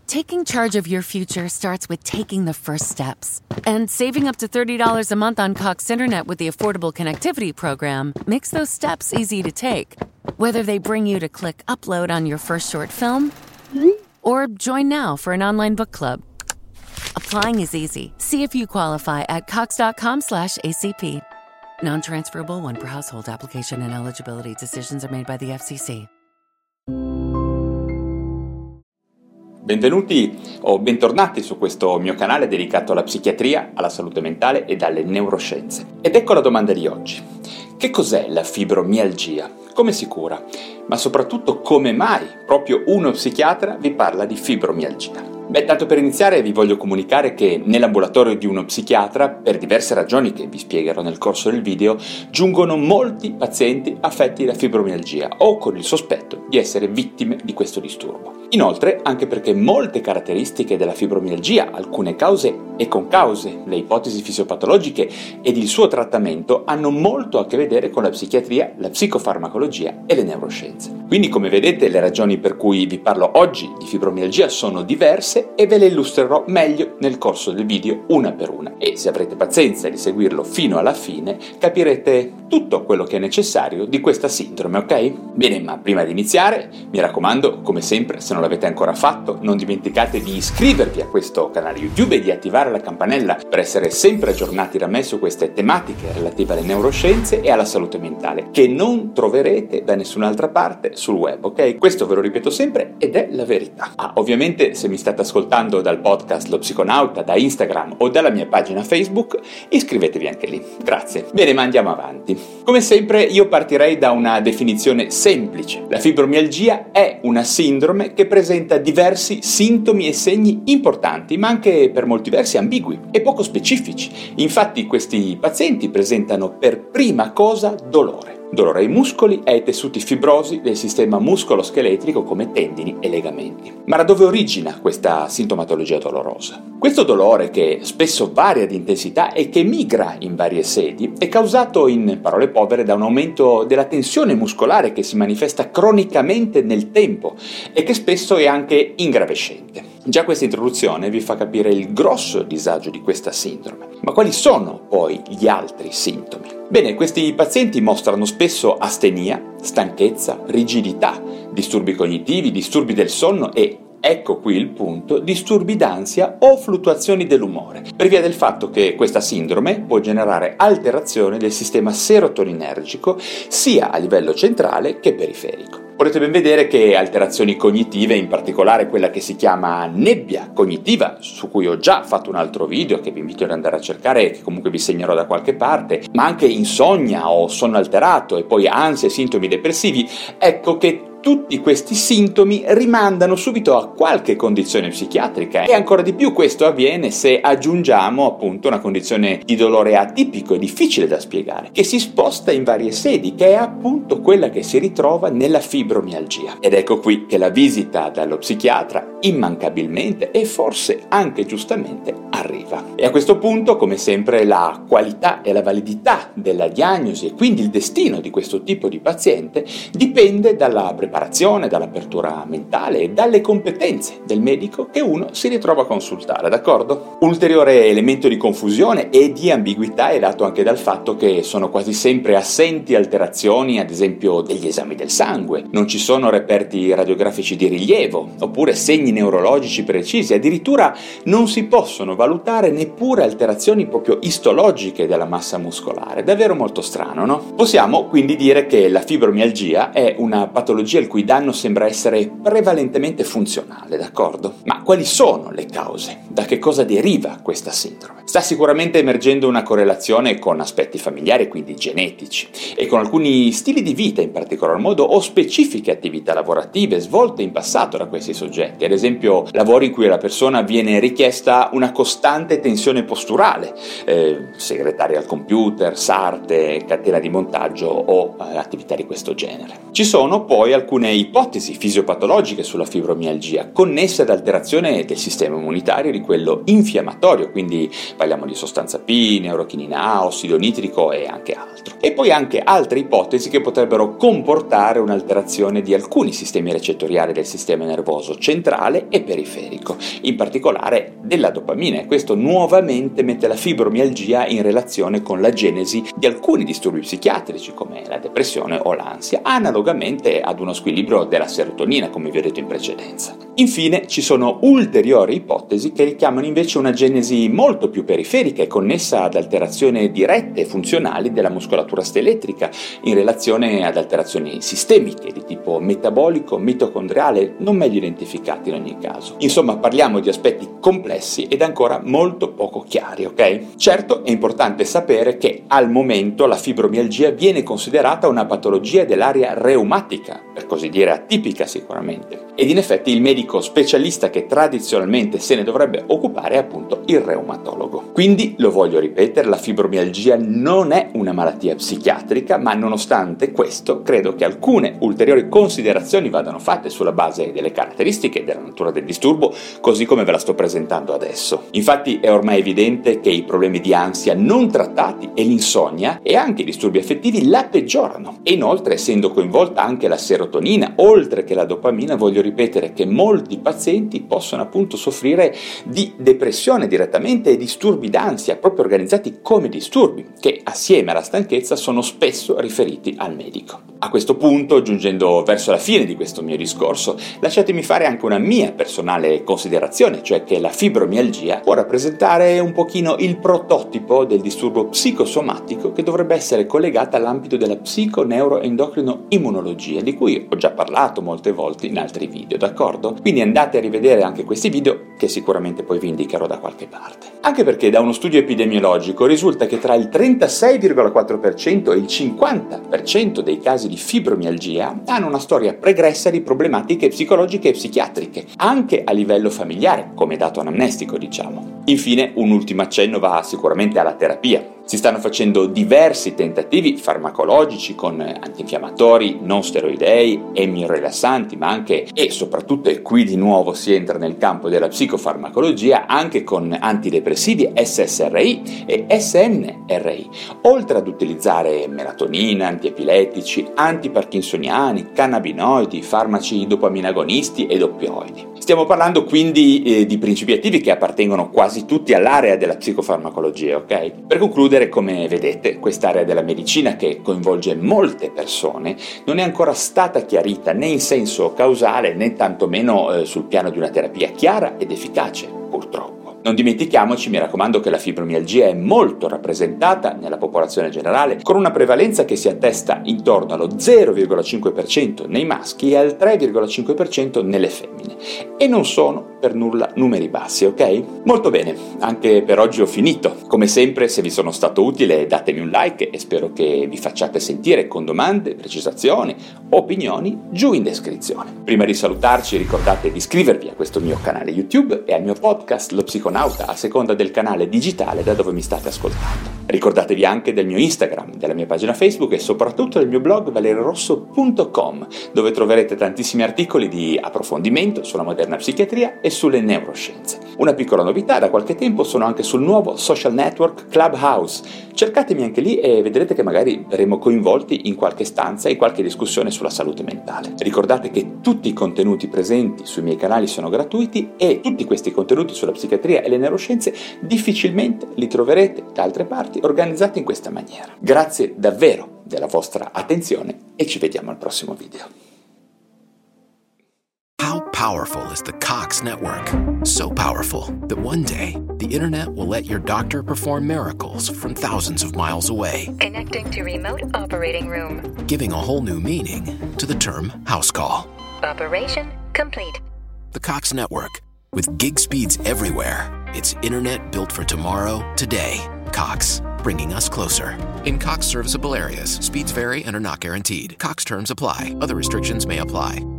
Taking charge of your future starts with taking the first steps. And saving up to $30 a month on Cox Internet with the Affordable Connectivity Program makes those steps easy to take. Whether they bring you to click upload on your first short film or join now for an online book club. Applying is easy. See if you qualify at cox.com/ACP. Non-transferable one per household. Application and eligibility decisions are made by the FCC. Benvenuti o bentornati su questo mio canale dedicato alla psichiatria, alla salute mentale e alle neuroscienze. Ed ecco la domanda di oggi. Che cos'è la fibromialgia? Come si cura? Ma soprattutto come mai proprio uno psichiatra vi parla di fibromialgia? Beh, tanto per iniziare vi voglio comunicare che nell'ambulatorio di uno psichiatra, per diverse ragioni che vi spiegherò nel corso del video, giungono molti pazienti affetti da fibromialgia o con il sospetto di essere vittime di questo disturbo. Inoltre, anche perché molte caratteristiche della fibromialgia, alcune cause e concause, le ipotesi fisiopatologiche ed il suo trattamento hanno molto a che vedere con la psichiatria, la psicofarmacologia e le neuroscienze. Quindi, come vedete, le ragioni per cui vi parlo oggi di fibromialgia sono diverse e ve le illustrerò meglio nel corso del video una per una. E se avrete pazienza di seguirlo fino alla fine, capirete tutto quello che è necessario di questa sindrome, ok? Bene, ma prima di iniziare, mi raccomando, come sempre, se non l'avete ancora fatto, non dimenticate di iscrivervi a questo canale YouTube e di attivare la campanella per essere sempre aggiornati da me su queste tematiche relative alle neuroscienze e alla salute mentale, che non troverete da nessun'altra parte sul web, ok? Questo ve lo ripeto sempre ed è la verità. Ovviamente, se mi state ascoltando dal podcast Lo Psiconauta, da Instagram o dalla mia pagina Facebook, iscrivetevi anche lì. Grazie. Bene, ma andiamo avanti. Come sempre, io partirei da una definizione semplice. La fibromialgia è una sindrome che presenta diversi sintomi e segni importanti, ma anche per molti versi ambigui e poco specifici. Infatti, questi pazienti presentano per prima cosa dolore. Dolore ai muscoli e ai tessuti fibrosi del sistema muscolo-scheletrico come tendini e legamenti. Ma da dove origina questa sintomatologia dolorosa? Questo dolore, che spesso varia di intensità e che migra in varie sedi, è causato, in parole povere, da un aumento della tensione muscolare che si manifesta cronicamente nel tempo e che spesso è anche ingravescente. Già questa introduzione vi fa capire il grosso disagio di questa sindrome. Ma quali sono poi gli altri sintomi? Bene, questi pazienti mostrano spesso astenia, stanchezza, rigidità, disturbi cognitivi, disturbi del sonno e, ecco qui il punto, disturbi d'ansia o fluttuazioni dell'umore, per via del fatto che questa sindrome può generare alterazioni del sistema serotoninergico sia a livello centrale che periferico. Potete ben vedere che alterazioni cognitive, in particolare quella che si chiama nebbia cognitiva, su cui ho già fatto un altro video che vi invito ad andare a cercare e che comunque vi segnerò da qualche parte, ma anche insonnia o sonno alterato e poi ansia e sintomi depressivi, ecco che tutti questi sintomi rimandano subito a qualche condizione psichiatrica e ancora di più questo avviene se aggiungiamo appunto una condizione di dolore atipico e difficile da spiegare, che si sposta in varie sedi, che è appunto quella che si ritrova nella fibromialgia. Ed ecco qui che la visita dallo psichiatra immancabilmente e forse anche giustamente arriva. E a questo punto, come sempre, la qualità e la validità della diagnosi e quindi il destino di questo tipo di paziente dipende dalla preparazione, dall'apertura mentale e dalle competenze del medico che uno si ritrova a consultare, d'accordo? Un ulteriore elemento di confusione e di ambiguità è dato anche dal fatto che sono quasi sempre assenti alterazioni, ad esempio degli esami del sangue, non ci sono reperti radiografici di rilievo, oppure segni neurologici precisi, addirittura non si possono valutare neppure alterazioni proprio istologiche della massa muscolare, davvero molto strano, no? Possiamo quindi dire che la fibromialgia è una patologia il cui danno sembra essere prevalentemente funzionale, d'accordo? Ma quali sono le cause? Da che cosa deriva questa sindrome? Sta sicuramente emergendo una correlazione con aspetti familiari, quindi genetici, e con alcuni stili di vita in particolar modo o specifiche attività lavorative svolte in passato da questi soggetti, ad esempio lavori in cui alla persona viene richiesta una costante tensione posturale, segretaria al computer, sarte, catena di montaggio o attività di questo genere. Ci sono poi alcuni alcune ipotesi fisiopatologiche sulla fibromialgia, connesse ad alterazione del sistema immunitario, di quello infiammatorio, quindi parliamo di sostanza P, neurochinina A, ossido nitrico e anche altro. E poi anche altre ipotesi che potrebbero comportare un'alterazione di alcuni sistemi recettoriali del sistema nervoso centrale e periferico, in particolare della dopamina, e questo nuovamente mette la fibromialgia in relazione con la genesi di alcuni disturbi psichiatrici come la depressione o l'ansia, analogamente ad uno squilibrio della serotonina, come vi ho detto in precedenza. Infine ci sono ulteriori ipotesi che richiamano invece una genesi molto più periferica e connessa ad alterazioni dirette e funzionali della muscolatura scheletrica in relazione ad alterazioni sistemiche di tipo metabolico, mitocondriale, non meglio identificati in ogni caso. Insomma, parliamo di aspetti complessi ed ancora molto poco chiari, ok? Certo, è importante sapere che al momento la fibromialgia viene considerata una patologia dell'area reumatica, per così dire atipica sicuramente, ed in effetti il medico specialista che tradizionalmente se ne dovrebbe occupare è appunto il reumatologo. Quindi, lo voglio ripetere, la fibromialgia non è una malattia psichiatrica, ma nonostante questo credo che alcune ulteriori considerazioni vadano fatte sulla base delle caratteristiche e della natura del disturbo, così come ve la sto presentando adesso. Infatti è ormai evidente che i problemi di ansia non trattati e l'insonnia e anche i disturbi affettivi la peggiorano. E inoltre, essendo coinvolta anche la serotonina, oltre che la dopamina, voglio ripetere che molti pazienti possono appunto soffrire di depressione direttamente e disturbi d'ansia, proprio organizzati come disturbi, che assieme alla stanchezza sono spesso riferiti al medico. A questo punto, giungendo verso la fine di questo mio discorso, lasciatemi fare anche una mia personale considerazione, cioè che la fibromialgia può rappresentare un pochino il prototipo del disturbo psicosomatico che dovrebbe essere collegata all'ambito della psico-neuro-endocrino-immunologia, di cui ho già parlato molte volte in altri video, d'accordo? Quindi andate a rivedere anche questi video che sicuramente poi vi indicherò da qualche parte. Anche perché da uno studio epidemiologico risulta che tra il 36,4% e il 50% dei casi di fibromialgia hanno una storia pregressa di problematiche psicologiche e psichiatriche, anche a livello familiare, come dato anamnestico, diciamo. Infine, un ultimo accenno va sicuramente alla terapia. Si stanno facendo diversi tentativi farmacologici con antinfiammatori non steroidei, emiorilassanti, ma anche e soprattutto, e qui di nuovo si entra nel campo della psicofarmacologia, anche con antidepressivi SSRI e SNRI, oltre ad utilizzare melatonina, antiepilettici, antiparkinsoniani, cannabinoidi, farmaci dopaminagonisti ed oppioidi. Stiamo parlando quindi di principi attivi che appartengono quasi tutti all'area della psicofarmacologia, ok? Per concludere, come vedete, quest'area della medicina, che coinvolge molte persone, non è ancora stata chiarita né in senso causale né tantomeno sul piano di una terapia chiara ed efficace, purtroppo. Non dimentichiamoci, mi raccomando, che la fibromialgia è molto rappresentata nella popolazione generale, con una prevalenza che si attesta intorno allo 0,5% nei maschi e al 3,5% nelle femmine. E non sono per nulla numeri bassi, ok? Molto bene, anche per oggi ho finito. Come sempre, se vi sono stato utile, datemi un like e spero che vi facciate sentire con domande, precisazioni, opinioni giù in descrizione. Prima di salutarci, ricordate di iscrivervi a questo mio canale YouTube e al mio podcast Lo Psiconauta, a seconda del canale digitale da dove mi state ascoltando. Ricordatevi anche del mio Instagram, della mia pagina Facebook e soprattutto del mio blog valeriorosso.com, dove troverete tantissimi articoli di approfondimento sulla moderna psichiatria e sulle neuroscienze. Una piccola novità: da qualche tempo sono anche sul nuovo social network Clubhouse. Cercatemi anche lì e vedrete che magari verremo coinvolti in qualche stanza, in qualche discussione sulla salute mentale. Ricordate che tutti i contenuti presenti sui miei canali sono gratuiti e tutti questi contenuti sulla psichiatria e le neuroscienze difficilmente li troverete da altre parti organizzati in questa maniera. Grazie davvero della vostra attenzione e ci vediamo al prossimo video. How powerful is the Cox Network? So powerful that one day the internet will let your doctor perform miracles from thousands of miles away. Connecting to remote operating room. Giving a whole new meaning to the term house call. Operation complete. The Cox Network. With gig speeds everywhere, it's internet built for tomorrow, today. Cox, bringing us closer. In Cox serviceable areas, speeds vary and are not guaranteed. Cox terms apply. Other restrictions may apply.